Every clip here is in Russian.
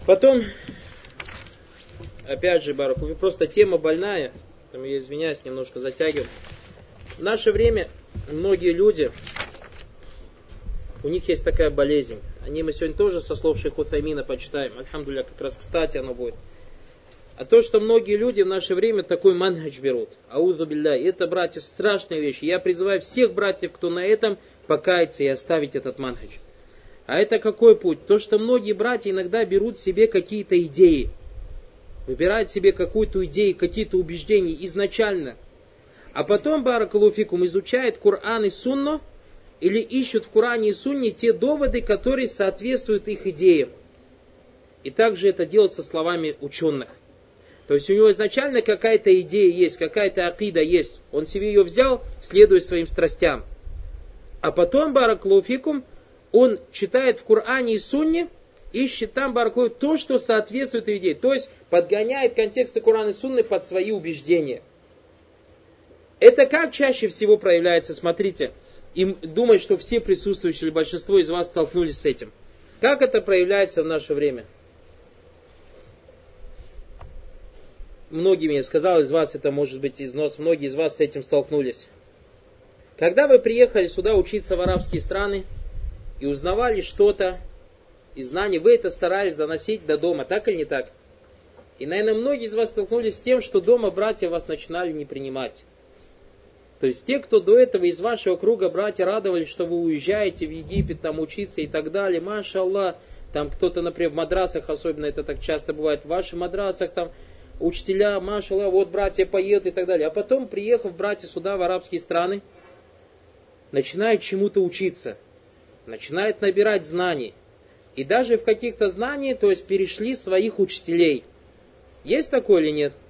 Потом, опять же, Баракулу, просто тема больная, там, я извиняюсь, немножко затягиваю. В наше время многие люди, у них есть такая болезнь. Мы сегодня тоже со слов шейха Утаймина почитаем. Альхамдулилля, как раз кстати оно будет. А то, что многие люди в наше время такой манхадж берут. Аузу билля. Это, братья, страшная вещь. Я призываю всех братьев, кто на этом, покаяться и оставить этот манхадж. А это какой путь? То, что многие братья иногда берут себе какие-то идеи. Выбирают себе какую-то идею, какие-то убеждения изначально. А потом, баракаллаху фикум, изучают Коран и Сунну, или ищут в Коране и Сунне те доводы, которые соответствуют их идеям. И также это делается словами ученых. То есть у него изначально какая-то идея есть, какая-то акида есть. Он себе ее взял, следуя своим страстям. А потом, баракаллаху фикум, он читает в Коране и Сунне, ищет там, баракаллаху, то, что соответствует идее. То есть подгоняет контексты Корана и Сунны под свои убеждения. Это как чаще всего проявляется, смотрите. И думаю, что все присутствующие, или большинство из вас столкнулись с этим. Как это проявляется в наше время? Многими, я сказал, из вас это может быть из нас, многие из вас с этим столкнулись. Когда вы приехали сюда учиться в арабские страны и узнавали что-то из знаний, вы это старались доносить до дома, так или не так? И, наверное, многие из вас столкнулись с тем, что дома братья вас начинали не принимать. То есть те, кто до этого из вашего круга братья радовались, что вы уезжаете в Египет там учиться и так далее, маша Аллах, там кто-то, например, в мадрасах, особенно это так часто бывает, в ваших мадрасах там учителя, маша Аллах, вот братья поедут и так далее. А потом, приехав братья сюда, в арабские страны, начинают чему-то учиться, начинают набирать знаний. И даже в каких-то знаниях, то есть перешли своих учителей. Есть такое или нет?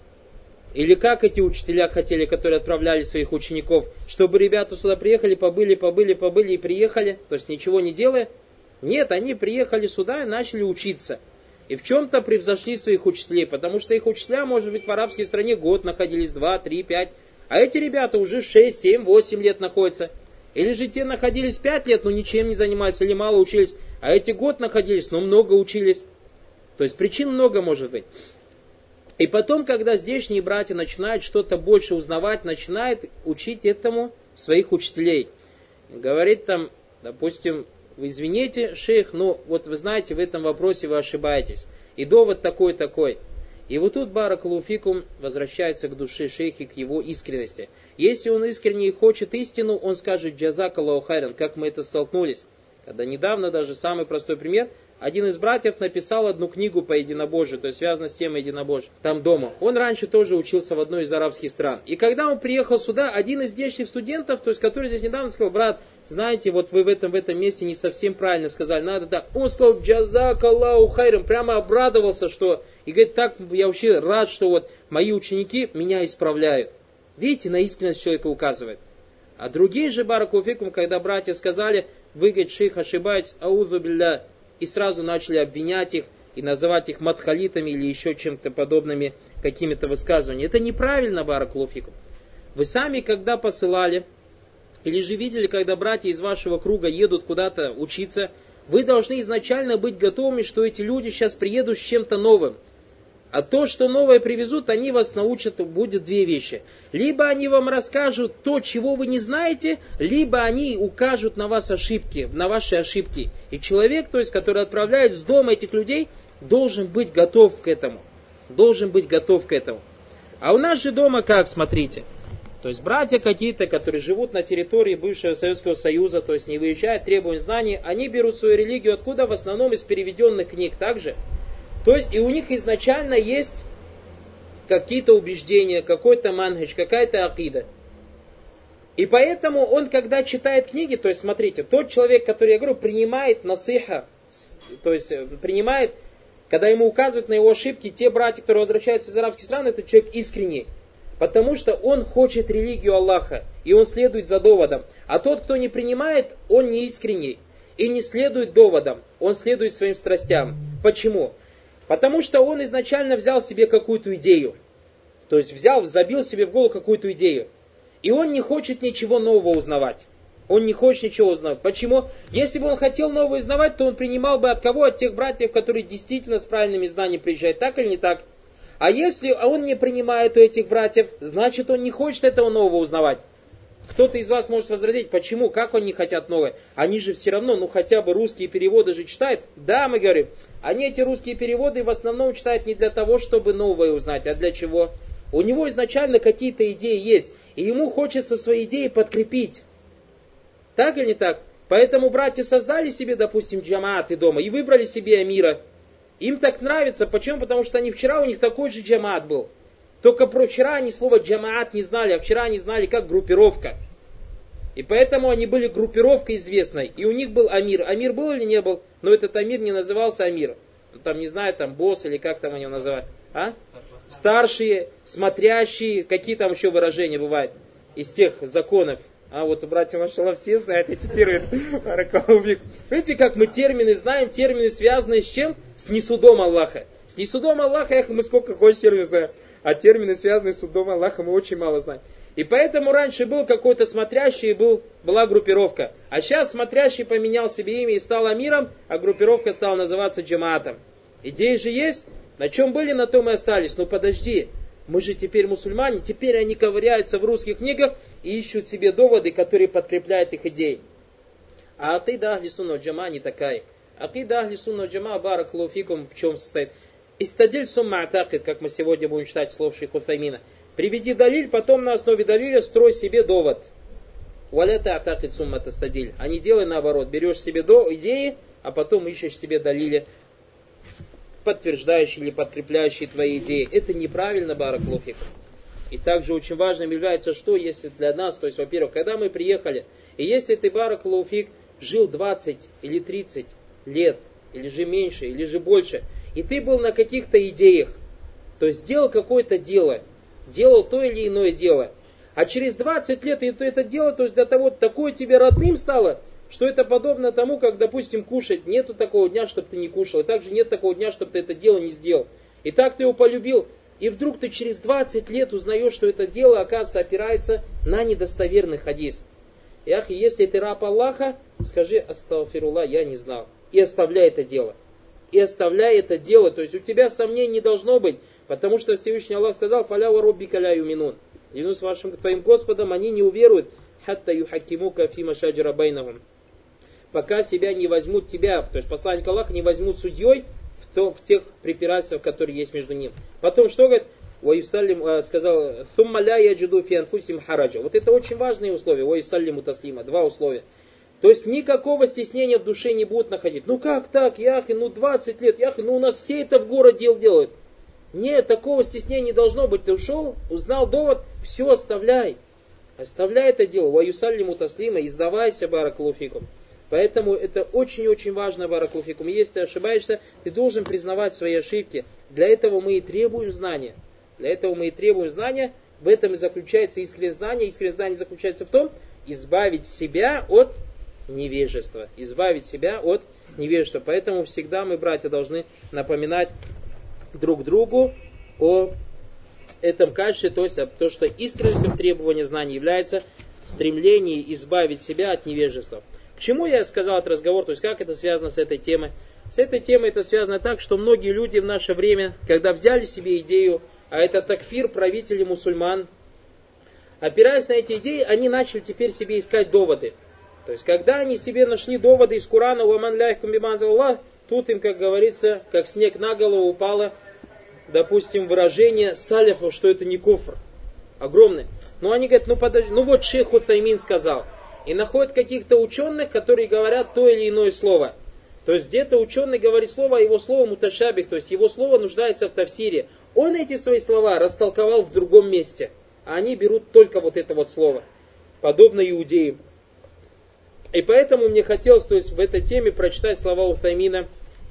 Или как эти учителя хотели, которые отправляли своих учеников, чтобы ребята сюда приехали, побыли и приехали, то есть ничего не делая? Нет, они приехали сюда и начали учиться. И в чем-то превзошли своих учителей, потому что их учителя, может быть, в арабской стране год находились, 2, 3, 5, а эти ребята уже 6, 7, 8 лет находятся. Или же те находились 5 лет, но ничем не занимались, или мало учились, а эти год находились, но много учились. То есть причин много может быть. И потом, когда здешние братья начинают что-то больше узнавать, начинают учить этому своих учителей. Говорит там, допустим, вы извините, шейх, но вот вы знаете, в этом вопросе вы ошибаетесь. И довод такой. И вот тут, баракаллаху фикум, возвращается к душе шейха, к его искренности. Если он искренне хочет истину, он скажет джазак Аллаху хайран, как мы это столкнулись. Когда недавно, даже самый простой пример, один из братьев написал одну книгу по единобожию, то есть связано с темой единобожия, там дома. Он раньше тоже учился в одной из арабских стран. И когда он приехал сюда, один из здешних студентов, то есть который здесь недавно сказал, брат, знаете, вот вы в этом месте не совсем правильно сказали, надо так. Он сказал, джазак Аллаху хайран, прямо обрадовался, что, и говорит, так я вообще рад, что вот мои ученики меня исправляют. Видите, на искренность человека указывает. А другие же, баракаллаху фикум, когда братья сказали, вы, говорит, шейх, ошибаетесь, аузу билля, и сразу начали обвинять их и называть их мадхалитами или еще чем-то подобными какими-то высказываниями. Это неправильно, баракаллаху фикум. Вы сами, когда посылали, или же видели, когда братья из вашего круга едут куда-то учиться, вы должны изначально быть готовыми, что эти люди сейчас приедут с чем-то новым. А то, что новое привезут, они вас научат, будет две вещи. Либо они вам расскажут то, чего вы не знаете, либо они укажут на вас ошибки, на ваши ошибки. И человек, то есть, который отправляет с дома этих людей, должен быть готов к этому. А у нас же дома как, смотрите. То есть братья какие-то, которые живут на территории бывшего Советского Союза, то есть не выезжают, требуют знаний, они берут свою религию откуда? В основном из переведенных книг также. То есть и у них изначально есть какие-то убеждения, какой-то манхадж, какая-то акида. И поэтому он, когда читает книги, то есть смотрите, тот человек, который, я говорю, принимает насиха, то есть принимает, когда ему указывают на его ошибки, те братья, которые возвращаются из арабских стран, это человек искренний. Потому что он хочет религию Аллаха, и он следует за доводом. А тот, кто не принимает, он не искренний и не следует доводам, он следует своим страстям. Почему? Потому что он изначально взял себе какую-то идею. То есть забил себе в голову какую-то идею. И он не хочет ничего нового узнавать. Он не хочет ничего узнавать. Почему? Если бы он хотел новое узнавать, то он принимал бы от кого? От тех братьев, которые действительно с правильными знаниями приезжают. Так или не так? А если он не принимает у этих братьев, значит он не хочет этого нового узнавать. Кто-то из вас может возразить, почему, как они хотят новое? Они же все равно, ну хотя бы русские переводы же читают. Да, мы говорим, они эти русские переводы в основном читают не для того, чтобы новое узнать, а для чего? У него изначально какие-то идеи есть, и ему хочется свои идеи подкрепить. Так или не так? Поэтому братья создали себе, допустим, джамааты дома и выбрали себе амира. Им так нравится. Почему? Потому что вчера у них такой же джамаат был. Только про вчера они слово джамаат не знали, а вчера они знали как группировка. И поэтому они были группировкой известной. И у них был амир. Амир был или не был? Но этот амир не назывался амир. Там, не знаю, там босс или как там они его называют. А? Старшие, смотрящие, какие там еще выражения бывают из тех законов. А вот братья машаллах все знают эти термины. Видите, как мы термины знаем, термины связанные с чем? С несудом Аллаха. С несудом Аллаха мы сколько хочешь терминов знаем. А термины, связанные с судом Аллаха, мы очень мало знаем. И поэтому раньше был какой-то смотрящий, была группировка. А сейчас смотрящий поменял себе имя и стал амиром, а группировка стала называться джамаатом. Идеи же есть. На чем были, на том и остались. Но подожди, мы же теперь мусульмане, теперь они ковыряются в русских книгах и ищут себе доводы, которые подкрепляют их идеи. А акида ахли сунна джама не такая. Акида ахли сунна джама баракаллаху фикум в чем состоит? Истадиль сумма атакид, как мы сегодня будем читать слов шейха Утаймина. Приведи далиль, потом на основе далиля строй себе довод. Валята атакид сумма тастадиль. А не делай наоборот. Берешь себе идеи, а потом ищешь себе далили, подтверждающие или подкрепляющие твои идеи. Это неправильно, баракаллаху фикум. И также очень важным является, что если для нас, то есть, во-первых, когда мы приехали, и если ты, баракаллаху фик, жил 20 или 30 лет, или же меньше, или же больше, и ты был на каких-то идеях, то есть сделал какое-то дело, делал то или иное дело, а через 20 лет ты это дело, то есть для того, такое тебе родным стало, что это подобно тому, как, допустим, кушать. Нету такого дня, чтобы ты не кушал, и также нет такого дня, чтобы ты это дело не сделал. И так ты его полюбил, и вдруг ты через 20 лет узнаешь, что это дело, оказывается, опирается на недостоверный хадис. Ях, если ты раб Аллаха, скажи астагфируллах, я не знал. И оставляй это дело. И оставляй это дело. То есть у тебя сомнений не должно быть. Потому что Всевышний Аллах сказал, фаля ва роббика ля юминун. Клянусь вашим твоим Господом, они не уверуют. Хатта юхакимука фима шаджара байнахум. Пока себя не возьмут тебя, то есть посланник Аллаха не возьмут судьей в тех препирательствах, которые есть между ним. Потом что говорит? Ваюсаллим сказал, «Thumма ля яджиду фи анфусим хараджа». Вот это очень важные условия. Ваюсаллиму таслима. Два условия. То есть никакого стеснения в душе не будут находить. Ну как так, яхи, 20 лет, яхи, у нас все это в городе делают. Нет, такого стеснения не должно быть. Ты ушел, узнал довод, все оставляй. Оставляй это дело. Ваюсаллиму таслима, и сдавайся, баракаллаху фикум. Поэтому это очень-очень важно, баракаллаху фикум. Если ты ошибаешься, ты должен признавать свои ошибки. Для этого мы и требуем знания. Для этого мы и требуем знания. В этом и заключается искреннее знание. Искреннее знание заключается в том, избавить себя от невежества. Избавить себя от невежества. Поэтому всегда мы, братья, должны напоминать друг другу о этом качестве, то есть то, что искренностью в требовании знаний является стремление избавить себя от невежества. К чему я сказал этот разговор, то есть как это связано с этой темой? С этой темой это связано так, что многие люди в наше время, когда взяли себе идею, а это такфир, правители мусульман, опираясь на эти идеи, они начали теперь себе искать доводы. То есть, когда они себе нашли доводы из Корана, «Ваман ляйхкум биманза Аллах», тут им, как говорится, как снег на голову упало, допустим, выражение салифов, что это не куфр. Огромное. Но они говорят, подожди, вот шейх Утаймин сказал. И находят каких-то ученых, которые говорят то или иное слово. То есть, где-то ученый говорит слово, а его слово муташабих, то есть, его слово нуждается в тафсире. Он эти свои слова растолковал в другом месте. А они берут только вот это вот слово. Подобно иудеям. И поэтому мне хотелось, то есть в этой теме прочитать слова Утаймина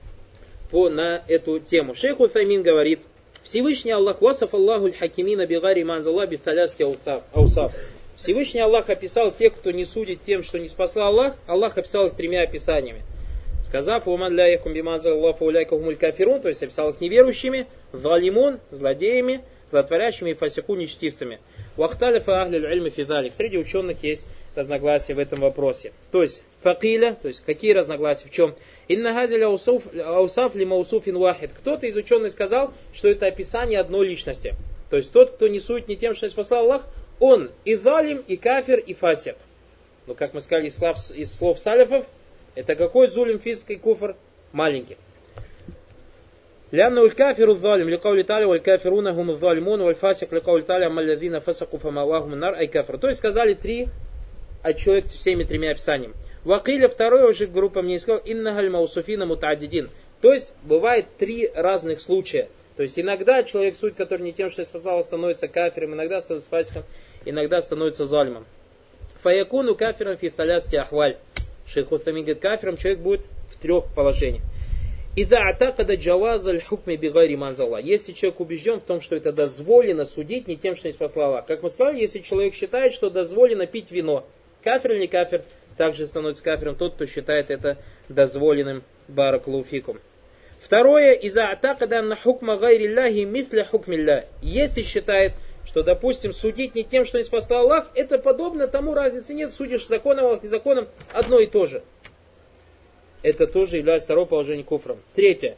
на эту тему. Шейх Утаймин говорит, Всевышний Аллах васаф Аллаху аль-хакимина бигари манзалла бифалясти аусаф. Всевышний Аллах описал тех, кто не судит тем, что не спасла Аллах. Аллах описал их тремя описаниями. Сказав, «Уман ля яхум биманзалла фауляйка хумуль кафирун», то есть описал их неверующими, залимун, злодеями, злотворящими и фасику, нечестивцами. Вахталифа ахлиль ильми фидалик. Среди ученых есть разногласия в этом вопросе. То есть, факиля, то есть, какие разногласия, в чем? Инна газиля аусаф ли маусуфин вахид. Кто-то из ученых сказал, что это описание одной личности. То есть, тот, кто не сует тем, что спасал Аллах, он и залим, и кафир, и фасик. Но, как мы сказали из слов салифов, это какой зулим, фиск и куфр? Маленький. لأنه الكافر الظالم لقول تعالى والكافرون هم الظالمون والفاسق لقول تعالى أما الذين فسقوا فمأواهم النار أي كافر. То есть сказали три, а человек всеми тремя описаниями. Вакиля, второй уже группа мне сказал, иннахаль маусуфина мутааддидин. То есть бывает три разных случая. То есть иногда человек, суть который не тем, что спасал, становится кафиром, иногда становится фасиком, иногда становится залимом. Фаякуну кафиром фи талясти ахваль. Шейх Утамин говорит, кафиром человек будет в трех положениях. Если человек убежден в том, что это дозволено судить не тем, что не спасла Аллах. Как мы сказали, если человек считает, что дозволено пить вино, кафир или не кафир, также становится кафиром тот, кто считает это дозволенным. Баракалуфикум. Второе, если считает, что, допустим, судить не тем, что не спасла Аллах, это подобно тому, разницы нет, судишь законом, Аллах, не законом, одно и то же. Это тоже является второе положение куфром. Третье.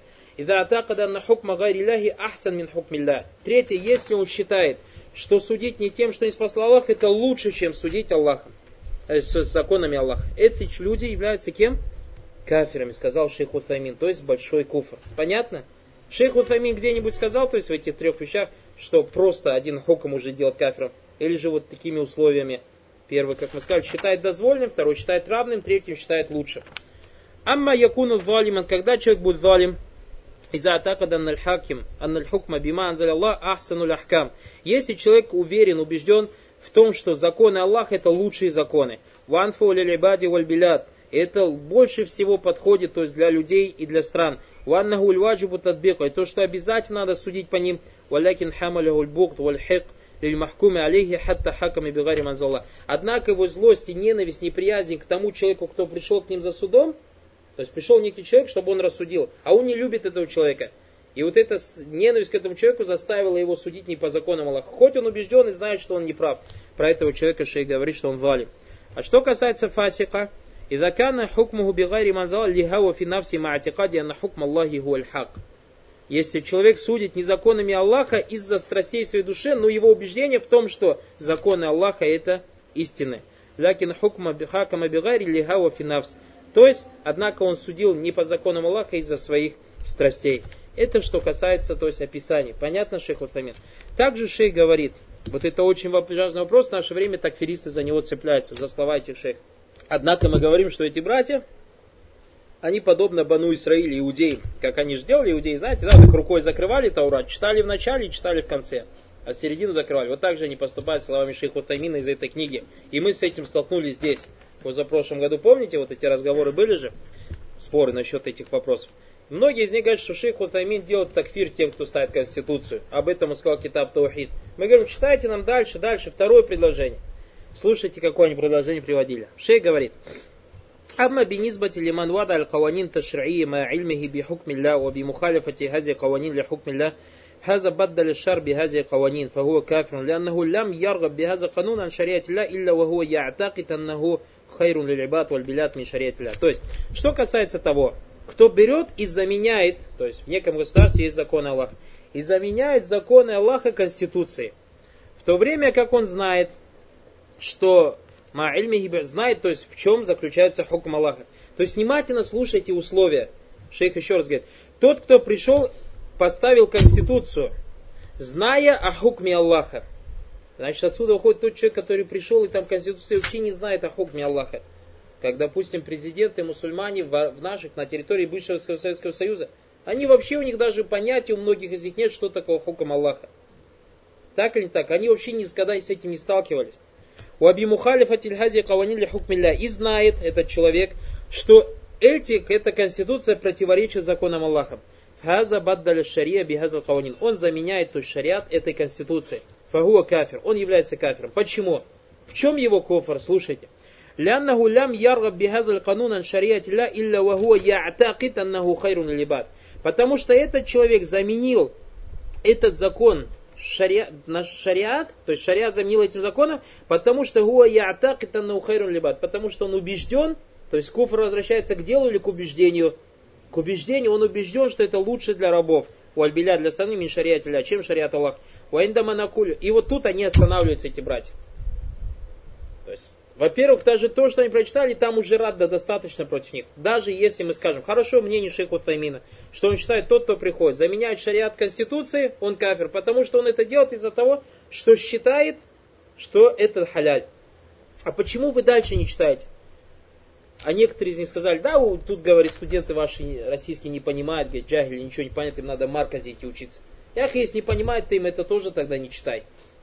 Третье, если он считает, что судить не тем, что не спасла Аллах, это лучше, чем судить Аллахом, с законами Аллаха. Эти люди являются кем? Кафирами, сказал шейх Утамин, то есть большой куфр. Понятно? Шейх Утамин где-нибудь сказал, то есть в этих трех вещах, что просто один хукм уже делать кафиром, или же вот такими условиями. Первый, как мы сказали, считает дозволенным, второй считает равным, третий считает лучше. Амма якуну залиман, когда человек будет залим, из-за атака данналь хаким, анналь хукма бима анзаль Аллах ахсануль ахкам. Если человек уверен, убежден в том, что законы Аллаха это лучшие законы, ванфу лилибади валь билад, это больше всего подходит, то есть для людей и для стран. Ваннаху льваджибу тадбику, то, что обязательно надо судить по ним, валякин хамаляху льбукт валь хик, однако его злость и ненависть, неприязнь к тому человеку, кто пришел к ним за судом, то есть пришел некий человек, чтобы он рассудил, а он не любит этого человека. И вот эта ненависть к этому человеку заставила его судить не по законам Аллаха. Хоть он убежден и знает, что он не прав. Про этого человека шейх говорит, что он залим. А что касается фасика, если человек судит не законами Аллаха из-за страстей своей души, но его убеждение в том, что законы Аллаха это истины. То есть, однако он судил не по законам Аллаха из-за своих страстей. Это что касается, то есть, описаний. Понятно, шейх Утамин? Также шейх говорит, вот это очень важный вопрос, в наше время такфиристы за него цепляются, за слова этих шейх. Однако мы говорим, что эти братья, они подобно Бану Исраиле, иудеям. Как они же делали, иудеи, знаете, да, так рукой закрывали Таурат, читали в начале и читали в конце, а середину закрывали. Вот так же они поступают словами шейха Утамина из этой книги. И мы с этим столкнулись здесь. В позапрошлом году, помните, вот эти разговоры были же, споры насчет этих вопросов. Многие из них говорят, что шейх Утамин делает такфир тем, кто ставит Конституцию. Об этом он сказал Китаб Таухид. Мы говорим, читайте нам дальше, второе предложение. Слушайте, какое они предложение приводили. Шейх говорит, أما بالنسبة لمن وضع القوانين التشريعية مع علمه بحكم الله وبمخالفة هذه القوانين لحكم الله هذا بدل الشر بهذه القوانين فهو كافر لأنه لم يرغب بهذا القانون عن شريعة الله إلا وهو يعتقد أنه خير للعباد والبلاد من شريعة الله. То есть, что касается того, кто берет и заменяет, то есть в неком государстве есть законы Аллаха, и заменяет законы Аллаха Конституцией, в то время как он знает, что знает, то есть в чем заключается хукм Аллаха. То есть внимательно слушайте условия. Шейх еще раз говорит, тот, кто пришел, поставил Конституцию, зная о хукме Аллаха. Значит, отсюда уходит тот человек, который пришел, и там Конституция вообще не знает о хукме Аллаха. Как, допустим, президенты мусульмане в наших, на территории бывшего Советского Союза, они вообще, у них даже понятия, у многих из них нет, что такое хукм Аллаха. Так или не так? Они вообще никогда с этим не сталкивались. И знает этот человек, что эта конституция противоречит законам Аллаха. Он заменяет, то есть шариат этой конституции. Фагуа кафир. Он является кафиром. Почему? В чем его кофр? Слушайте. Потому что этот человек заменил этот закон наш шариат, то есть шариат заменил этим законом, потому что гуа я'такид аннаху хайрун либад, потому что он убежден, то есть куфр возвращается к делу или к убеждению? К убеждению, он убежден, что это лучше для рабов. Уальбиля для саны мин шариатиля, чем шариат Аллах. Уайндаманакулю. И вот тут они останавливаются, эти братья. То есть, во-первых, даже то, что они прочитали, там уже радда достаточно против них. Даже если мы скажем, хорошо мнение шейха Утаймина, что он считает, тот, кто приходит, заменяет шариат Конституции, он кафир, потому что он это делает из-за того, что считает, что это халяль. А почему вы дальше не читаете? А некоторые из них сказали, да, тут, говорит, студенты ваши российские не понимают, говорит, джахили, ничего не понятно, им надо марказе идти учиться. Если не понимают, ты им это тоже тогда не читай.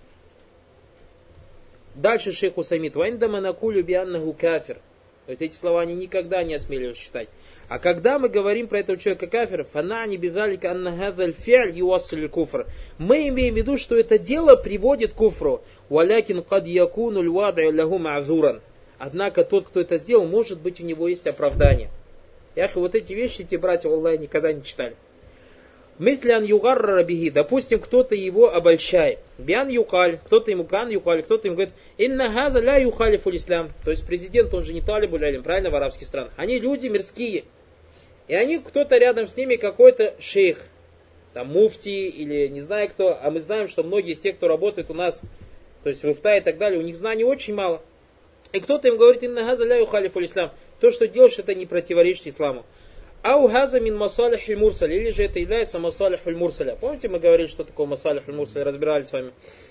Дальше шейх Усаймид, вайндаманакулю бианнаху кафир. Вот эти слова они никогда не осмеливались читать. А когда мы говорим про этого человека кафир, фанани бидалика анна хазаль фи'ль юассиль куфр. Мы имеем в виду, что это дело приводит к куфру. Валякин кад якуну львад'у лаху ма'зуран. Однако тот, кто это сделал, может быть, у него есть оправдание. Вот эти вещи эти братья, Аллах, никогда не читали. Митлян югарра рабихи, допустим, кто-то его обольщает. Биан юкаль, кто-то ему кан юкаль, кто-то ему говорит, инна газа ля юхалифу ислам. То есть президент, он же не талибу лялим, правильно, в арабских странах. Они люди мирские. И они, кто-то рядом с ними, какой-то шейх, там муфти или не знаю кто. А мы знаем, что многие из тех, кто работает у нас, то есть в Ифта и так далее, у них знаний очень мало. И кто-то им говорит, инна газа ля юхалифу ислам. То, что делаешь, это не противоречит исламу. Ау газа мин масалихиль мурсаля, или же это является масалихуль мурсаля. Помните, мы говорили, что такое масалихуль мурсаля, разбирали с вами.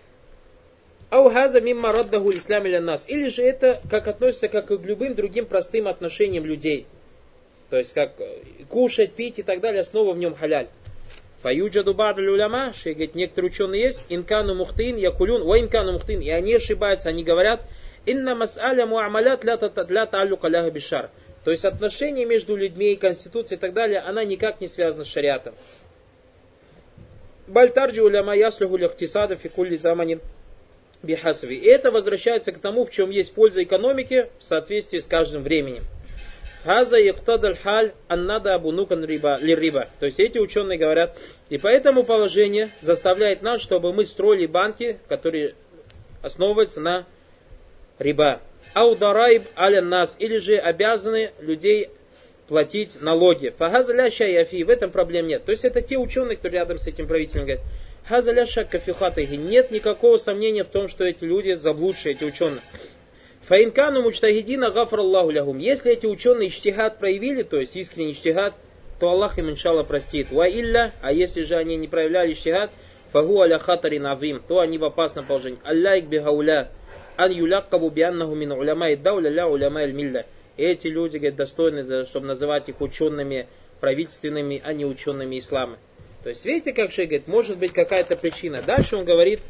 Ау газа мимма раддаху ислам иля нас. Или же это как относится как и к любым другим простым отношениям людей. То есть как кушать, пить и так далее, снова в нем халяль. Фаюджаду ба'дуль уляма, шейх говорит, некоторые ученые есть, инкану мухтин, якулюн, ва инкану мухтин, и они ошибаются, они говорят, инна мас'аля му'амалят ля та'аллука ляха бишар. То есть отношения между людьми, конституцией и так далее, она никак не связана с шариатом. Бальтарджи уляма яслюху лихтисада фи кулли заманин бихасви. И это возвращается к тому, в чем есть польза экономики в соответствии с каждым временем. Хаза яктадаль халь аннада абунукан лириба. То есть эти ученые говорят, и поэтому положение заставляет нас, чтобы мы строили банки, которые основываются на риба. Аударайб аля нас, или же обязаны людей платить налоги. Фахазаля шаяфи, в этом проблем нет. То есть это те ученые, кто рядом с этим правителем говорит, хазаля шаккафихатахи, нет никакого сомнения в том, что эти люди заблудшие, эти ученые. Фаинкану мучтагидина гафраллаху лягум. Если эти ученые иштихад проявили, то есть искренний иштихад, то Аллах им иншалла простит. Ва илля, а если же они не проявляли иштихад, фагу аля хатарин авим, то они в опасном положении. Аллайк бихауля. Ан юляккабу бианнаху мин уляма дауля ля уляма аль-милля. Эти люди, говорят, достойны, чтобы называть их учеными правительственными, а не учеными ислама. То есть, видите, как шейх говорит, может быть какая-то причина. Дальше он говорит,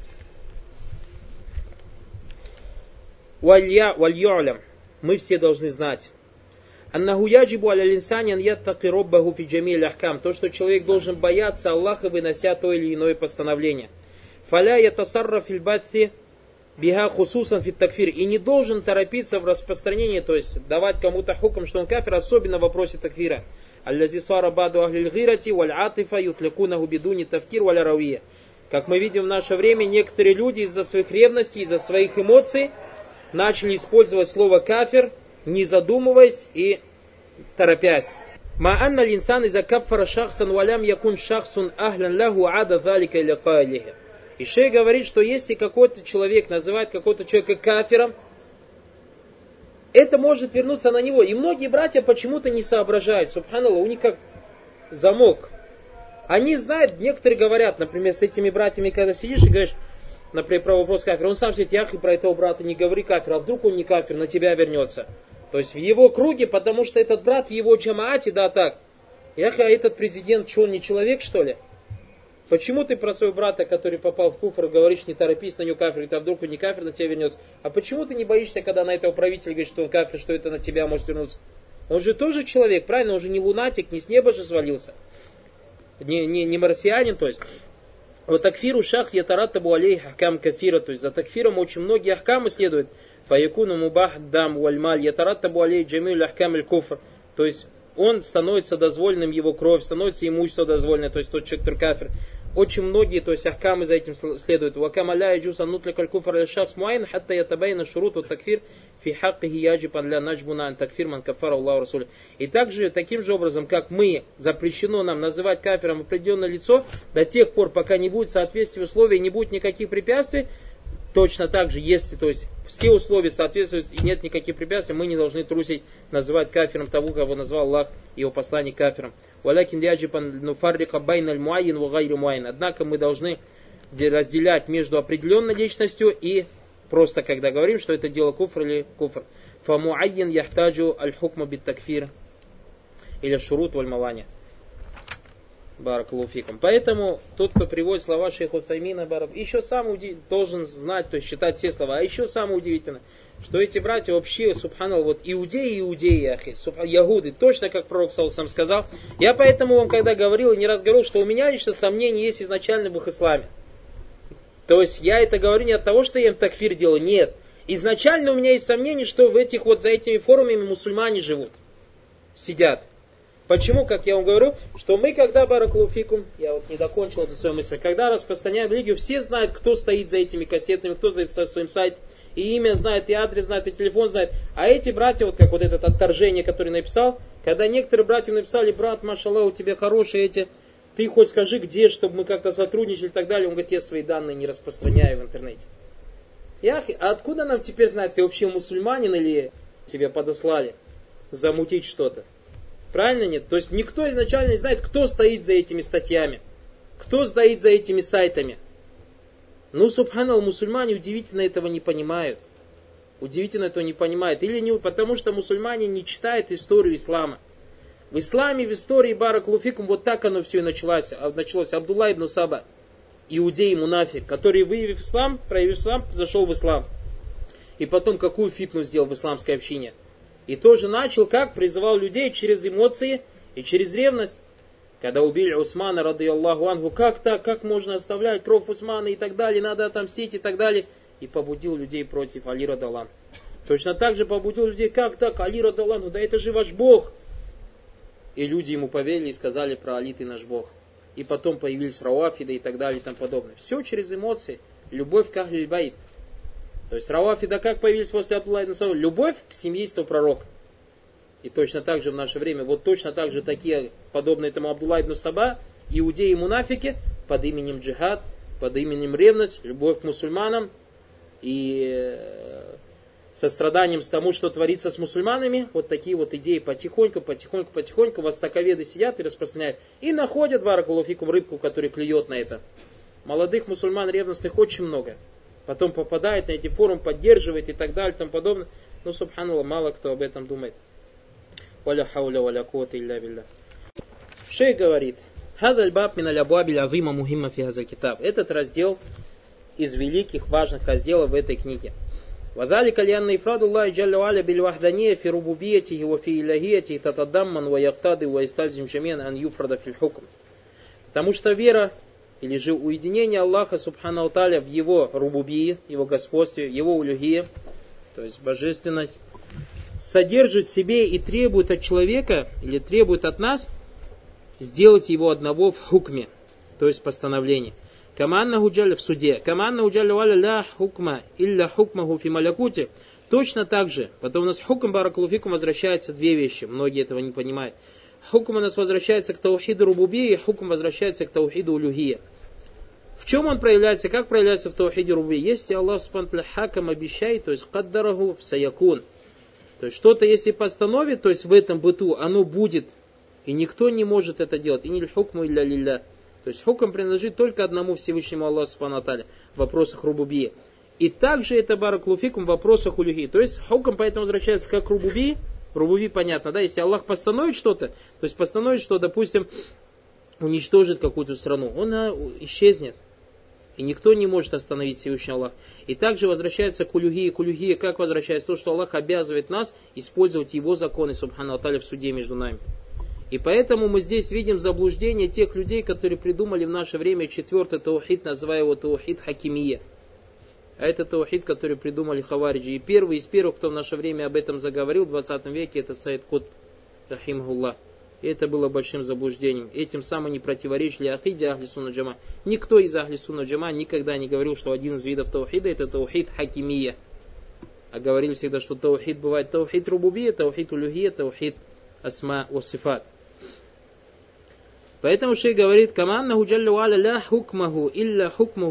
валью'лям, мы все должны знать. Аннаху яджибу аля линсани ан яттаки роббаху фи джамиль ахкам. То, что человек должен бояться Аллаха, вынося то или иное постановление. Фаля ятасарра филь батти биха хусусан фит такфир. И не должен торопиться в распространении, то есть давать кому-то хукм, что он кафир, особенно в вопросе такфира. Аллази сара баду ахлиль гирати валь атифа ютликунаху бидуни тавкир валь рауия. Как мы видим в наше время, некоторые люди из-за своих ревностей, из-за своих эмоций начали использовать слово кафир, не задумываясь и торопясь. Ма анна линсан иза каффара шахсан валям якун шахсун ахлян лаху ада залика или каалихи. И шейх говорит, что если какой-то человек называет какого-то человека кафиром, это может вернуться на него. И многие братья почему-то не соображают. Субханаллах, у них как замок. Они знают, некоторые говорят, например, с этими братьями, когда сидишь и говоришь, например, про вопрос кафира, он сам сидит, ях, и про этого брата не говори кафир, а вдруг он не кафир, на тебя вернется. То есть в его круге, потому что этот брат в его джамаате, да так. Ях, а этот президент, что он не человек, что ли? Почему ты про своего брата, который попал в куфр, говоришь, не торопись, на него кафир, а вдруг он не кафир, на тебя вернется? А почему ты не боишься, когда на этого правителя говорит, что он кафир, что это на тебя может вернуться? Он же тоже человек, правильно? Он же не лунатик, не с неба же свалился. Не марсианин, то есть. Вот такфиру шахс ятараттабу алей хакам кафира, то есть за такфиром очень многие ахкамы следуют. Фаякуну мубах дам вальмаль ятараттабу алей джамиль ахкам аль куфр, то есть он становится дозволенным, его кровь, становится имущество дозволенное, то есть тот человек, который кафир. очень многие, то есть ахкамы за этим следуют. Вакама ля яджуз ан нутлика аль-куфр ля шахс муайян хатта ятабайна шурут ва такфир фи хаккихи яджибан ля наджбуна ан такфир ман кафара Аллаху расуля. И также, таким же образом, как мы, запрещено нам называть кафиром определенное лицо, до тех пор, пока не будет соответствия условий, не будет никаких препятствий, точно так же, если, то есть, все условия соответствуют и нет никаких препятствий, мы не должны трусить называть кафиром того, кого назвал Аллах и его посланник кафиром. Однако мы должны разделять между определенной личностью и просто когда говорим, что это дело куфр или куфр. Фамуайян яхтаджу аль-хукма бит-такфир или шурут валь-мавани. Баракалуфикум. Поэтому тот, кто приводит слова шейха Утаймина, еще сам должен знать, то есть читать все слова. А еще самое удивительное, что эти братья вообще, субханаллах, вот иудеи, ахи, ягуды, точно как пророк сам сказал. Я поэтому вам когда говорил и не раз говорил, что у меня лично сомнения есть изначально в их исламе. То есть я это говорю не от того, что я им такфир делаю, нет. Изначально у меня есть сомнения, что в этих вот за этими форумами мусульмане живут, сидят. Почему, как я вам говорю, что мы, когда, баракалуфикум, я вот не докончил эту свою мысль, когда распространяем религию, все знают, кто стоит за этими кассетами, кто стоит за своим сайтом, и имя знает, и адрес знает, и телефон знает. А эти братья, вот как вот это отторжение, который написал, когда некоторые братья написали: брат, машаллах, у тебя хорошие эти, ты хоть скажи где, чтобы мы как-то сотрудничали и так далее. Он говорит: я свои данные не распространяю в интернете. А откуда нам теперь знать, ты вообще мусульманин или тебя подослали замутить что-то? Правильно нет? То есть никто изначально не знает, кто стоит за этими статьями, кто стоит за этими сайтами. Ну, субханаллах, мусульмане удивительно этого не понимают. Удивительно этого не понимают. Или не, потому что мусульмане не читают историю ислама. В исламе, в истории баракалуфикум, вот так оно все и началось. Абдулла ибн Саба, иудей, мунафик, который, выявив ислам, проявив ислам, зашел в ислам. И потом какую фитну сделал в исламской общине. И тоже начал, как призывал людей через эмоции и через ревность. Когда убили Усмана, рады Аллаху анху, как так, как можно оставлять кровь Усмана и так далее, надо отомстить и так далее. И побудил людей против Али рады Аллаху. Точно так же побудил людей, как так, Али рады Аллаху, да это же ваш Бог. И люди ему поверили и сказали: про Али ты наш Бог. И потом появились Рауафиды и так далее и тому подобное. Все через эмоции, любовь к Ахлиль Байт. То есть Рауафида как появились после Абдулла ибн Саба? Любовь к семейству пророка. И точно так же в наше время, вот точно так же такие, подобные этому Абдулла ибн Саба, иудеи и мунафики, под именем джихад, под именем ревность, любовь к мусульманам и состраданием с тому, что творится с мусульманами, вот такие вот идеи потихоньку, востоковеды сидят и распространяют. И находят, баракалуфикум, рыбку, которая клюет на это. Молодых мусульман ревностных очень много. Потом попадает на эти форумы, поддерживает и так далее и тому подобное. Но, субханаллах, мало кто об этом думает. Валя хауля валя куата илля билля. Шейх говорит: Хазаль баб миналь абуабиль азима мухимма фи хазаль китаб. Этот раздел из великих, важных разделов в этой книге. وذلك لأن إفراد الله جل وعلا بالوحدانية في ربوبيته وفي إلهيته تتضمن ويقتضي ويستلزم جميعا أن يفرد في الحكم. Потому что вера или же уединение Аллаха субхану тааля в его рубубии, его господстве, его улюхие, то есть божественность, содержит в себе и требует от человека, или требует от нас, сделать его одного в хукме, то есть постановлении. Каманна гуджаль в суде. Каманна гуджаль валя ля хукма илля хукмаху фи малякути. Точно так же. Потом у нас хукм баракалуфикум возвращается две вещи. Многие этого не понимают. Хукм у нас возвращается к таухиду рубубии, хукм возвращается к таухиду улюхия. В чем он проявляется? Как проявляется в таухиде рубубии? Если Аллах субхану ва тааля хакам обещает, то есть каддараху саякун. То есть что-то если постановит, то есть в этом быту оно будет. И никто не может это делать. Иниль хукму илля лилля. То есть хукм принадлежит только одному Всевышнему Аллаху субхану ва тааля в вопросах рубубии. И также это баракалуфикум в вопросах улюхи. То есть хукм поэтому возвращается как к рубубии. Рубуби понятно, да? Если Аллах постановит что-то, то есть постановит, что, допустим, уничтожит какую-то страну, он исчезнет. И никто не может остановить Всевышний Аллах. И также возвращается к улюхии. К улюхии как возвращается? То, что Аллах обязывает нас использовать Его законы, субхану ва тааля, в суде между нами. И поэтому мы здесь видим заблуждение тех людей, которые придумали в наше время четвертый таухид, называя его таухид хакимия. А это таухид, который придумали хавариджи. И первый из первых, кто в наше время об этом заговорил в 20 веке, это Сайд Кутб, рахимахуллах. И это было большим заблуждением. Этим самым не противоречили акиде ахли сунна джама. Никто из ахли сунна джама никогда не говорил, что один из видов таухида это таухид хакимия. А говорили всегда, что таухид бывает таухид рубубия, таухид улюхия, таухид асма ва сифат. Поэтому шейх говорит, каманнаху джалля ва аля ля хукмаху илля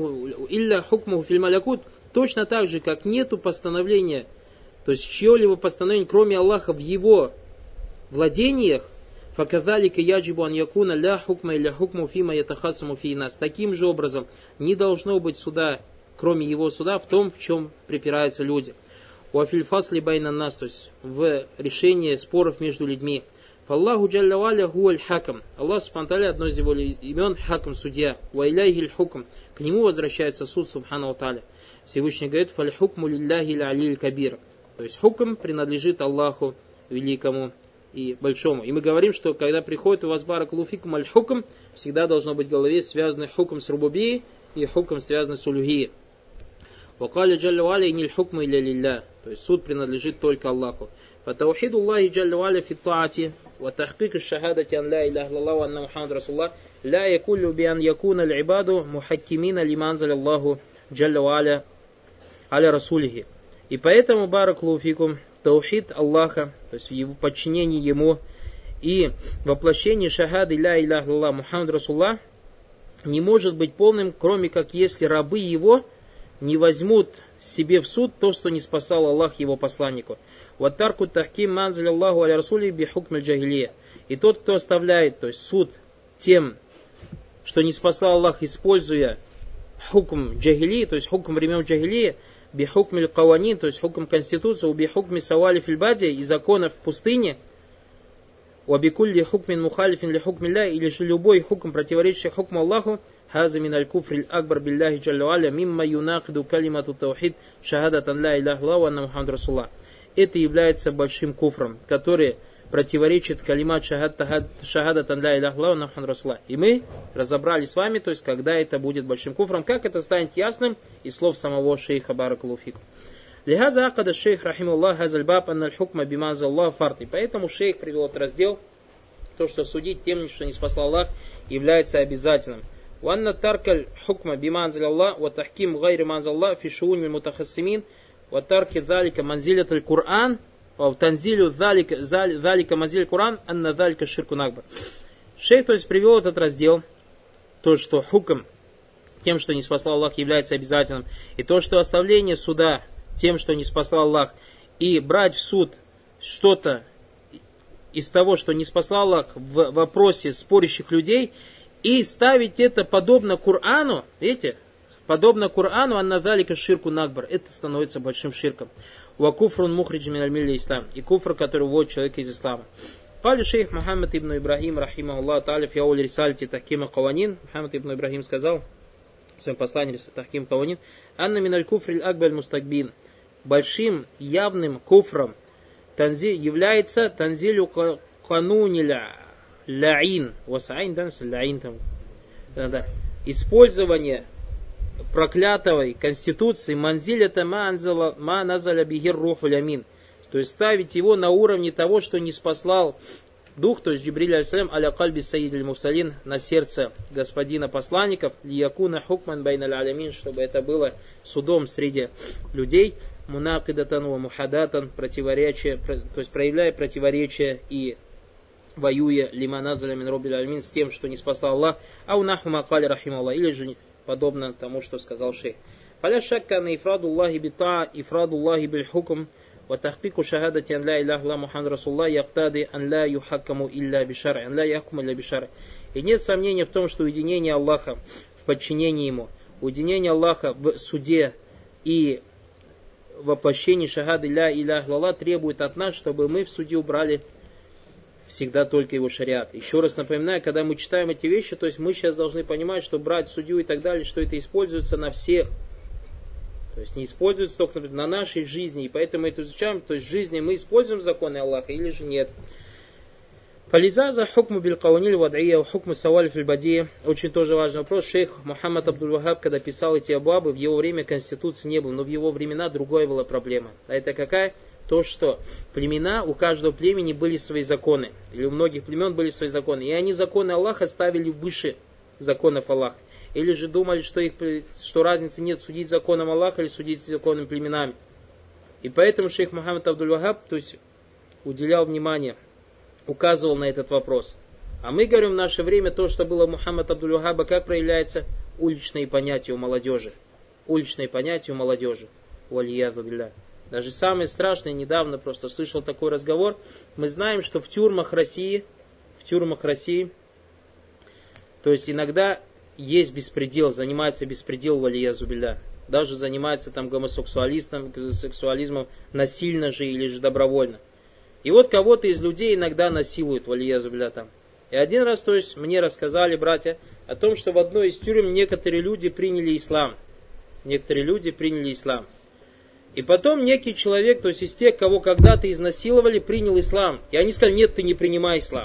хукмаху филь малякут. Точно так же, как нету постановления, то есть чье-либо постановление, кроме Аллаха, в его владениях, факадалика яджибу ан якуна ля хукма илля хукму фима ятахасаму фи нас. Таким же образом не должно быть суда, кроме его суда, в том, в чем припираются люди. Уафиль фасли байна нас, то есть в решении споров между людьми. Фаллаху джалля валя хуаль хакам. Аллах субхану тааля, одно из его имен, хакам, судья. Ва иляйхиль хукм. К нему возвращается суд субхану тааля. Всевышний говорит, фаль хукму лилляхи алиль кабир. То есть хукм принадлежит Аллаху великому и большому. И мы говорим, что когда приходит у вас барак луфикум аль хукм, всегда должно быть в голове связанный хукм с рубубией и хукм связанный с улюхией. Вакаля джалля валя иниль хукму илля лилля. То есть суд принадлежит только Аллаху. Фатаухиду Аллахи джалля валя фи таати ва тахкик аш-шахадати ан ла иляха илляллах ва анна Мухаммад расуллах ла якуллю би ан якуна аль-ибаду мухаккимина лиман анзаля Аллаху джалля валя аля расулихи. И поэтому бараклаху фикум таухид Аллаха, то есть в его подчинении ему и воплощение шахады ля иляха илляллах Мухаммад расуллах не может быть полным, кроме как если рабы его не возьмут себе в суд то, что не спасал Аллах его посланнику. Ваттарку тахким манзаль Аллаху аля расули би хукм аль-джахилия. И тот, кто оставляет, то есть суд тем, что не спасал Аллах, используя хукм джахилии, то есть хукм времен джахилии, би хукм аль-каванин, то есть хукм конституции, би хукм савали фильбади и законов в пустыне, уабикулли хукмин мухалифин ли хукмилля, или же любой хукм, противоречащий хукму Аллаху, хаза мин аль-куфри аль-акбар билляхи джалля ва аля мимма юнакиду калимату таухид шахадатан ла иляха илляллах ва анна Мухаммад расуллах. Это является большим куфром, который противоречит калимат шахадатан ла иляха илляллах ва анна Мухаммад расуллах. И мы разобрали с вами, то есть когда это будет большим куфром, как это станет ясным из слов самого шейха баракаллаху фикум. Лихаза акада шейх рахимуллах хазаль баб анна аль-хукма бимаза Аллах фард. И поэтому шейх привел этот раздел, то, что судить тем, что не спасал Аллах, является обязательным. وأن ترك الحكم بما أنزل الله وتحكيم غير ما أنزل الله في شؤون المتخصمين وترك ذلك منزلة القرآن أو تنزيل ذلك منزل القرآن أن ذلك الشرك أكبر. Шейх, то есть, привел этот раздел, то, что хукм тем, что не спасал Аллах, является обязательным, и то, что оставление суда тем, что не спасал Аллах, и брать в суд что-то из того, что не спасал Аллах в вопросе спорящих людей, и ставить это подобно Корану, видите, подобно Корану, анна залика ширку накбар, это становится большим ширком. Ва куфрун мухридж мин аль-милля ислам, и куфр, который вводит человека из ислама. Кали шейх Мухаммад ибн Ибрахим, рахимахуллах та'аля, фи аули рисалити тахкима каванин, Мухаммад ибн Ибрахим сказал в своем послании тахким каванин, анна мин аль-куфри аль-акбаль мустакбин, большим явным куфром является танзилю кануниля лаин, васаин, да, лаин там, да, использование проклятовой конституции манзилята ма назаля бихир руху лямин, то есть ставить его на уровне того, что не спаслал дух, то есть Джибриль алейхиссалям аля кальби саид аль-мурсалин, на сердце господина посланников, лиякуна хукман байна аль-алямин, чтобы это было судом среди людей, мунакидатан ва мухадатан, противоречие, то есть проявляя противоречие и воюя лиманазаля мин роббиль алямин, с тем, что не спасал Аллах, ау наху макали рахималлах, или же подобно тому, что сказал шейх. Фаля шакка на ифраду Аллахи бита, ифраду Аллахи биль хукм, ва тахкику шахадати ан ла иляха илляллах Мухаммад расуллах яктади ан ла юхаккаму илля бишари, ан ла яхкуму илля бишари. И нет сомнения в том, что уединение Аллаха в подчинении Ему, уединение Аллаха в суде и воплощение шахады ля иляха илляллах требует от нас, чтобы мы в суде убрали всегда только его шариат. Еще раз напоминаю, когда мы читаем эти вещи, то есть мы сейчас должны понимать, что брать судью и так далее, что это используется на всех. То есть не используется только, например, на нашей жизни. И поэтому мы это изучаем. То есть в жизни мы используем законы Аллаха или же нет. Фализаза хукму биль каваниль вад'ия хукму саваль филь бадия. Очень тоже важный вопрос. Шейх Мухаммад Абдуль-Вахаб, когда писал эти абуабы, в его время конституции не было, но в его времена другая была проблема. А это какая? то, что племена, у каждого племени были свои законы. Или у многих племен были свои законы. И они законы Аллаха ставили выше законов Аллаха. Или же думали, что разницы нет судить законом Аллаха или судить законом племенами. И поэтому шейх Мухаммад Абдуль-Вахаб, то есть, уделял внимание, указывал на этот вопрос. А мы говорим в наше время то, что было у Мухаммада Абдуль-Вахаба, как проявляется уличные понятия у молодежи. Уличные понятия у молодежи. Валиязу билля. Даже самое страшное, недавно просто слышал такой разговор. Мы знаем, что в тюрьмах России, то есть иногда есть беспредел, занимается беспредел валиязу билля. Даже занимается там гомосексуализмом насильно же или же добровольно. И вот кого-то из людей иногда насилуют, валиязу билля там. И один раз, то есть, мне рассказали братья о том, что в одной из тюрем некоторые люди приняли ислам. И потом некий человек, то есть из тех, кого когда-то изнасиловали, принял ислам. И они сказали: нет, ты не принимай ислам.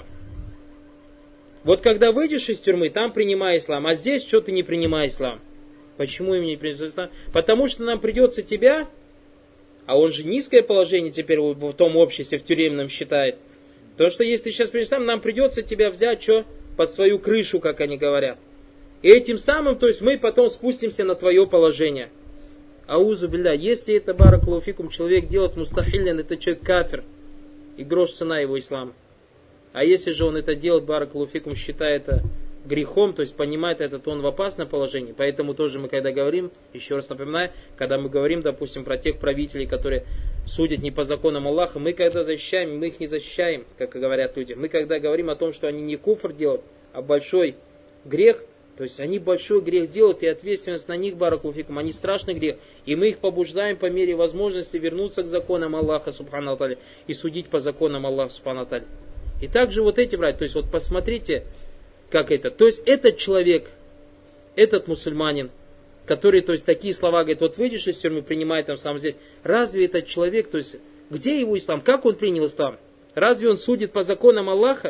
Вот когда выйдешь из тюрьмы, там принимай ислам. А здесь что ты не принимай ислам? Почему им не принимай ислам? Потому что нам придется тебя, а он же низкое положение теперь в том обществе, в тюремном считает. То, что если ты сейчас принесешь, нам придется тебя взять под свою крышу, как они говорят. И этим самым, то есть мы потом спустимся на твое положение. Аузу билля, если это баракаллаху фикум человек делает мустахиллян, это человек кафир. И грош цена его ислама. А если же он это делает, баракаллаху фикум, считает это грехом, то есть понимает это, то он в опасном положении. Поэтому тоже мы когда говорим, еще раз напоминаю, когда мы говорим, допустим, про тех правителей, которые судят не по законам Аллаха, мы когда защищаем, мы их не защищаем, как говорят люди. Мы когда говорим о том, что они не куфр делают, а большой грех, то есть они большой грех делают, и ответственность на них, баракаллаху фикум, они страшный грех. И мы их побуждаем по мере возможности вернуться к законам Аллаха, субхану аталя, и судить по законам Аллаха, субхану аталя. И также вот эти братья, то есть вот посмотрите, как это. То есть этот человек, этот мусульманин, который, то есть такие слова говорит: вот выйдешь из тюрьмы, принимай там сам здесь. Разве этот человек, то есть где его ислам? Как он принял ислам? Разве он судит по законам Аллаха?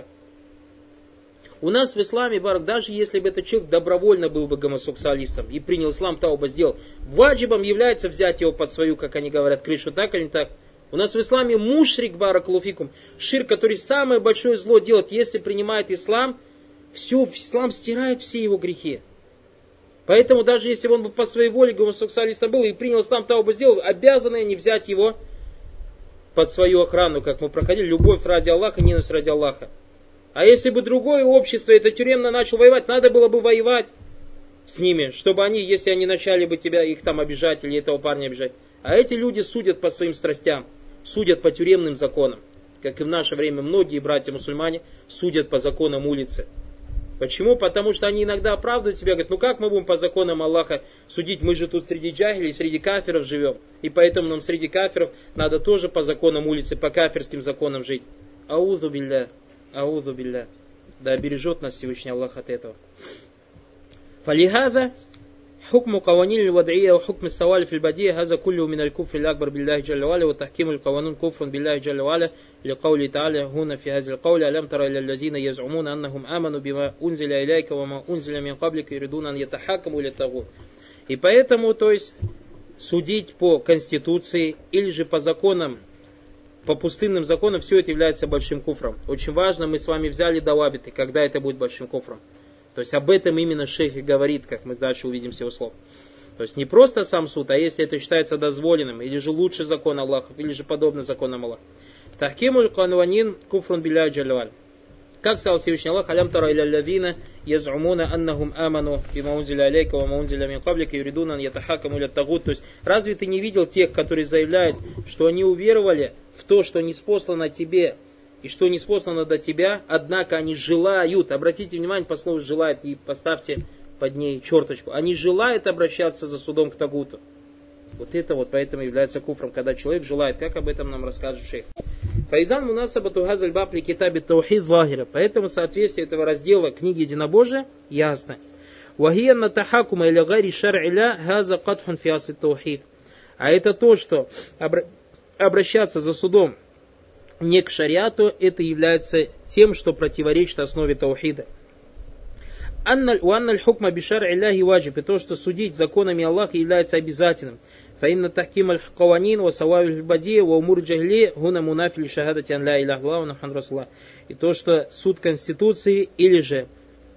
У нас в исламе, барак, даже если бы этот человек добровольно был бы гомосексуалистом и принял ислам, тауба сделал, ваджибом является взять его под свою, как они говорят, крышу, так или не так? У нас в исламе мушрик, баракаллаху фикум, ширк, который самое большое зло делает, если принимает ислам, все, ислам стирает все его грехи. Поэтому даже если он бы по своей воле гомосексуалистом был и принял ислам, тауба сделал, обязаны они взять его под свою охрану, как мы проходили, любовь ради Аллаха, ненависть ради Аллаха. А если бы другое общество, это тюремно, начало воевать, надо было бы воевать с ними, чтобы они, если они начали бы тебя, их там обижать или этого парня обижать. А эти люди судят по своим страстям, судят по тюремным законам. Как и в наше время многие братья-мусульмане судят по законам улицы. Почему? Потому что они иногда оправдывают себя, говорят: ну как мы будем по законам Аллаха судить, мы же тут среди джахилей, среди кафиров живем. И поэтому нам среди кафиров надо тоже по законам улицы, по кафирским законам жить. Аузу билля. Аузу билля. Да бережет нас Всевышний Аллах от этого. Фалихаза حكم قوانين الوضعية وحكم السوال في البديهة هذا كله من الكفر الأكبر بالله جل وعلا وتحكيم القوانين كفر بالله جل وعلا لقوله تعالى هنا في هذا القول ألم تر إلى الذين يزعمون أنهم آمنوا بما أنزل إليك وما أنزل من قبلك يريدون أن يتحاكموا إلى الطاغوت. И поэтому, то есть, судить по конституции или же по законам, по пустынным законам, все это является большим куфром. Очень важно, мы с вами взяли дауабиты, когда это будет большим куфром. То есть об этом именно шейх и говорит, как мы дальше увидим с его слов. То есть не просто сам суд, а если это считается дозволенным, или же лучше закон Аллаха, или же подобно законам Аллаха. Тахкимуль канванин куфрун билляхи джалла. Как сказал Всевышний Аллах: алям тара иля ллазина язумуна аннахум аману бима унзиля алейка ва ма унзиля мин каблика юридуна ан ятахакаму иля тагут. То есть разве ты не видел тех, которые заявляют, что они уверовали в то, что ниспослано тебе, и что ниспослано до тебя, однако они желают, обратите внимание по слову желают, и поставьте под ней черточку, они желают обращаться за судом к тагуту. Вот это вот поэтому является куфром, когда человек желает, как об этом нам расскажет шейх. Файзан мунасабату газаль бапли китаби таухид вахира. Поэтому соответствие этого раздела книги единобожия ясно. Вахиянна тахакума иля гари шар'иля газа катхун фиаси таухид. А это то, что обращаться за судом не к шариату, это является тем, что противоречит основе таухида. Уанналь хукма бишар илляхи ваджиб, и то, что судить законами Аллаха является обязательным. فإن تحكيم القوانين وصواب البديع وأمور الجاهلية هنا منافي لشهادة أن لا إله إلا الله محمد رسول الله. И то, что суд конституции или же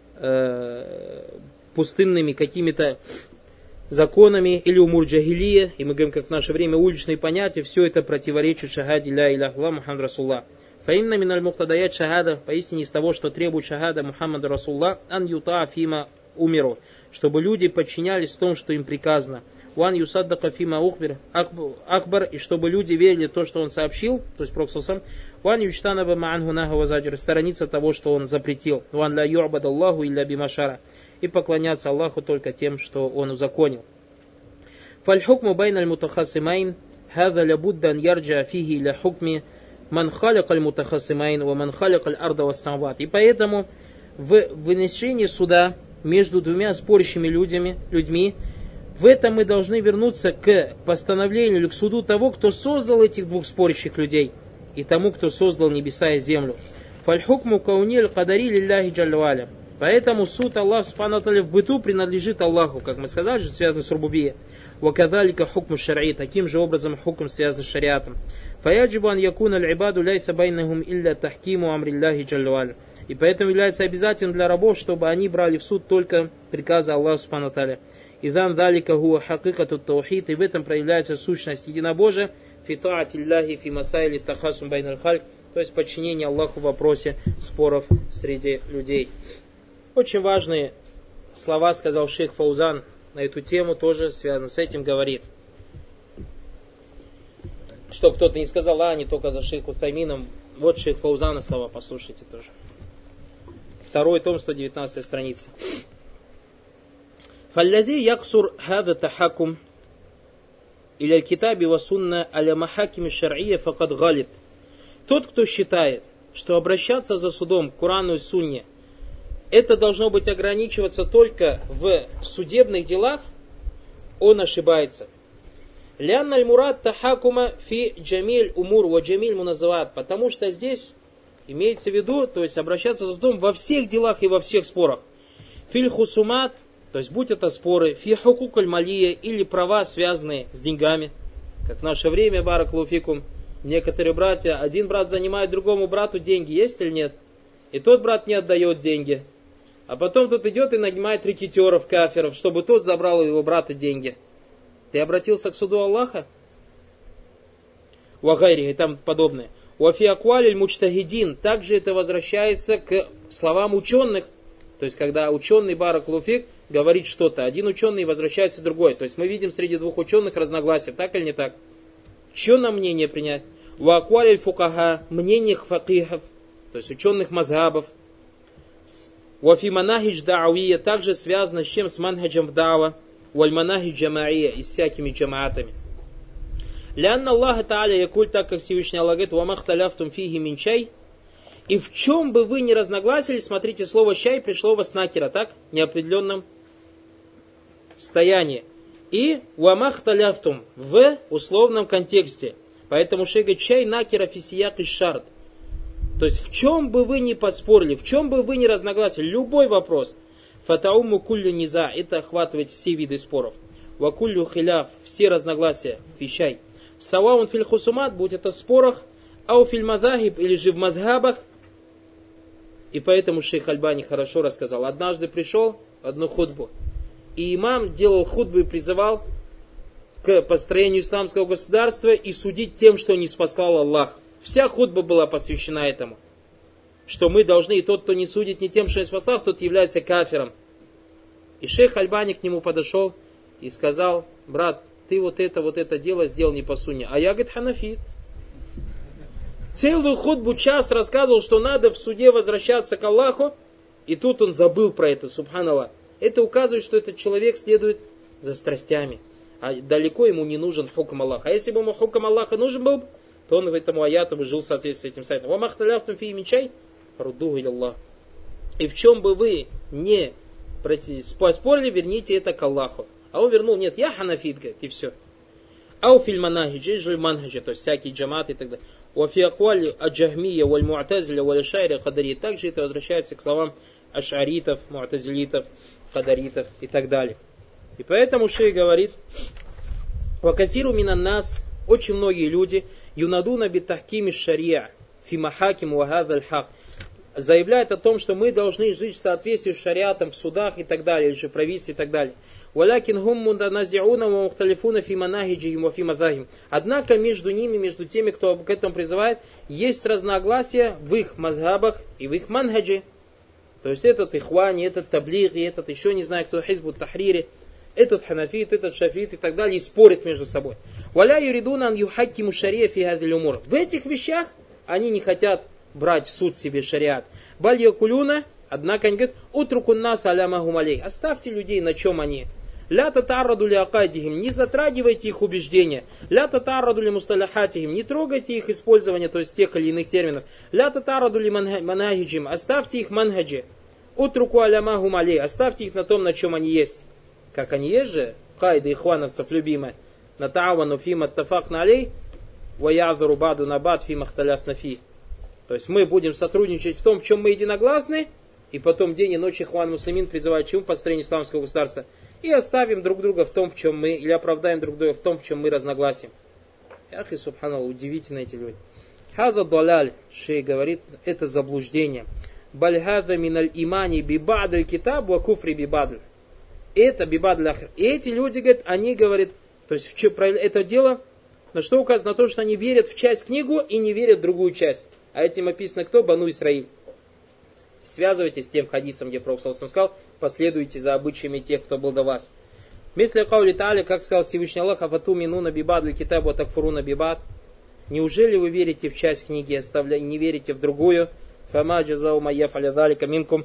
пустынными какими-то законами или умур джахилия, и мы говорим, как в наше время, уличные понятия, все это противоречит шахаде ля илях ла Мухаммад Расулла. Фаинна миналь муктадаят шахада, поистине из того, что требует шахада Мухаммада Расулла, ан юта фима умиру, чтобы люди подчинялись в том, что им приказано. Ван юсаддака фима ахбар, и чтобы люди верили в то, что он сообщил, то есть Пророк сам. Ван юштанаба ма'ангу нага вазаджир, сторониться того, что он запретил. Ван ла ю'бад Аллаху илля бимашара, и поклоняться Аллаху только тем, что он узаконил. Фальхукму байна аль-мутахасимайн, хаза лябудда ан ярджа фиги иля хукми ман халик аль-мутахасимайн ва ман халик аль-арда ва самват. И поэтому в вынесении суда между двумя спорящими людьми, в этом мы должны вернуться к постановлению или к суду того, кто создал этих двух спорящих людей, и тому, кто создал небеса и землю. Фальхукму кауниль кадари лилляхи джаллаваля. Поэтому суд Аллаха субхану в быту принадлежит Аллаху, как мы сказали, что связано с рубубией. Вакадалика хукму шар'и, таким же образом хукм связан с шариатом. Фаяджибу ан якуна аль-ибаду ляйса байнахум илля тахкиму амриллахи джаллаваля. И поэтому является обязательным для рабов, чтобы они брали в суд только приказы Аллаха субхану та'аля. Идан далика хуа хакикату таухид, и в этом проявляется сущность единобожия, фи та'атилляхи фи масайли тахасум байналь хальк, то есть подчинение Аллаху в вопросе споров среди людей. Очень важные слова сказал шейх Фаузан на эту тему, тоже связано с этим, говорит. Чтоб кто-то не сказал, они только за шейх Утаймином. Вот шейх Фаузана слова, послушайте тоже. 2 том, 119 страница. فالذي يقصر هذا التحكم إلى الكتاب والسنة على محاكم الشرعية فقد غلط. Тот, кто считает, что обращаться за судом к Корану и Сунне, это должно быть ограничиваться только в судебных делах, он ошибается. Лянна аль-мурад тахакума фи джамиль умур ва джамиль муназават, потому что здесь имеется в виду, то есть обращаться за судом во всех делах и во всех спорах. Филь хусумат, то есть будь это споры, фи хукук аль-малия, или права, связанные с деньгами, как в наше время, баракалуфикум, некоторые братья, один брат занимает другому брату деньги, есть или нет? И тот брат не отдает деньги. А потом тот идет и нанимает рекеттеров, кафиров, чтобы тот забрал у его брата деньги. Ты обратился к суду Аллаха? Вагайри и там подобное. Уафи аквалиль мучтагидин. Также это возвращается к словам ученых. То есть, когда ученый баракалуфик говорит что-то, один ученый возвращается другой. То есть, мы видим среди двух ученых разногласия, так или не так? Чье нам мнение принять? Уаквалиль фукаха, мнение факихов, то есть ученых мазхабов. Уафи манахидж да'авия, также связано с чем? С манхаджем в дава. Уаль манахидж джамаия, и с всякими джамаатами. Лянна Аллаха Та'аля якуль, так как Всевышний Аллах говорит, вамахталяфтум фиги минчай. И в чем бы вы ни разногласились, смотрите, слово чай пришло во снакера, так? В неопределенном состоянии. И вамахталяфтум в условном контексте. Поэтому шейх говорит, чай накера фисияк и шарт. То есть в чем бы вы ни поспорили, в чем бы вы ни разногласили, любой вопрос. Фатауму куллю низа, это охватывает все виды споров. Вакуллю хиляф, все разногласия, фищай. Саваун филь хусумат, будь это в спорах, ау филь мазахиб, или же в мазхабах. И поэтому шейх Альбани хорошо рассказал. Однажды пришел одну хутбу, и имам делал хутбу и призывал к построению исламского государства и судить тем, что не спаслал Аллах. Вся хутба была посвящена этому. Что мы должны, и тот, кто не судит не тем, что не спасал, тот является кафиром. И шейх Альбани к нему подошел и сказал, брат, ты вот это дело сделал не по сунне. А я, говорит, ханафит. Целую хутбу час рассказывал, что надо в суде возвращаться к Аллаху, и тут он забыл про это, субханаллах. Это указывает, что этот человек следует за страстями. А далеко ему не нужен хукм Аллаха. А если бы ему хукм Аллаха нужен был, то он в этом аяту бы жил в соответствии с этим сайтом. «Вамахталяфтум фи мичай, фаруддуху иляллах». И в чем бы вы не поспорили, верните это к Аллаху. А он вернул, нет, я ханафит, говорит, и все. Ау филь манахиджи, жиль манхаджи, то есть всякие джаматы и так далее. Уафи акваль аджахмия, валь муатазиля, валь шайри, кадари. Также это возвращается к словам ашаритов, муатазилитов, кадаритов и так далее. И поэтому шейх говорит, Вакафиру минан нас, очень многие люди, юнадуна битахкими шария, фимахаким вагадаль хак, заявляют о том, что мы должны жить в соответствии с шариатом в судах и так далее, или же правительстве и так далее. Однако между ними, между теми, кто к этому призывает, есть разногласия в их мазхабах и в их манхаджи. То есть этот ихвани, этот таблиги, этот еще не знаю кто, хизбут тахрири, этот ханафит, этот шафит и так далее, и спорят между собой. В этих вещах они не хотят брать в суд себе шариат. Баль якулюна, однако они говорят, утрукун нас алямахум алей. Оставьте людей, на чем они. Ля татарраду ли акадихим, не затрагивайте их убеждения. Ля татарраду ли мусталахатихим, не трогайте их использование, то есть тех или иных терминов. Ля татарраду ли манахиджим, оставьте их манхаджи. Утруку алямахум алей, оставьте их на том, на чем они есть. Как они есть же, кайда ихвановцев любимая. На та'авану фима тафакна алей, ва язару баду набад фима хталяф нафи. То есть мы будем сотрудничать в том, в чем мы единогласны, и потом день и ночь ихван муслимин призывают чему? Построение исламского государства. И оставим друг друга в том, в чем мы, или оправдаем друг друга в том, в чем мы разногласим. Ахи, субханаллах, удивительно эти люди. Хаза даляль, шей говорит, это заблуждение. Бальхаза миналь имани бибадль китаб ва куфри бибадль. Это бибадль ахр. И эти люди, говорят, они говорят, то есть это дело, на что указано? На то, что они верят в часть книгу и не верят в другую часть. А этим описано кто? Бану Исраиль. Связывайтесь с тем хадисом, где Пророк сказал, последуйте за обычаями тех, кто был до вас. Митля каули та'аля, как сказал Всевышний Аллах, афату минуна бибадль китабу такфуруна бибад. Неужели вы верите в часть книги и не верите в другую? Фама джазау майя фалядалика минкум.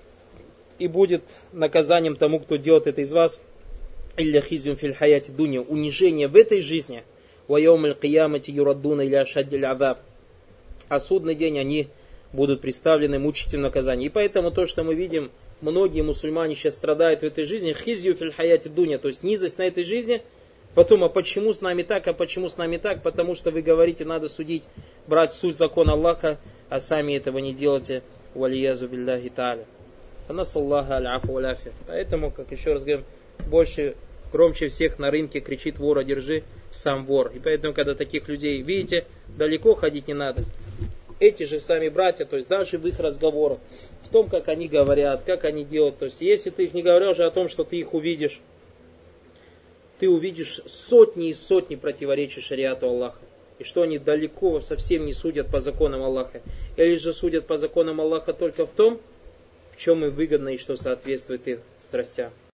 И будет наказанием тому, кто делает это из вас. Илля хизюм филь хаяти дуня. Унижение в этой жизни. Ва яумаль киямати юраддуна иля шаддиль азаб. А судный день они будут представлены мучительным наказанием. И поэтому то, что мы видим, многие мусульмане сейчас страдают в этой жизни, хизью фил хаяти дуня, то есть низость на этой жизни, потом, а почему с нами так, потому что вы говорите, надо судить, брать суть закона Аллаха, а сами этого не делаете, валиязу билляхи та'аля. Анасаллаха аль-афу валяфи. Поэтому, как еще раз говорим, громче всех на рынке кричит вора, держи, сам вор. И поэтому, когда таких людей видите, далеко ходить не надо. Эти же сами братья, то есть даже в их разговорах, в том, как они говорят, как они делают. То есть если ты их не говоришь о том, что ты их увидишь, ты увидишь сотни и сотни противоречий шариату Аллаха. И что они далеко совсем не судят по законам Аллаха. Или же судят по законам Аллаха только в том, в чем им выгодно и что соответствует их страстям.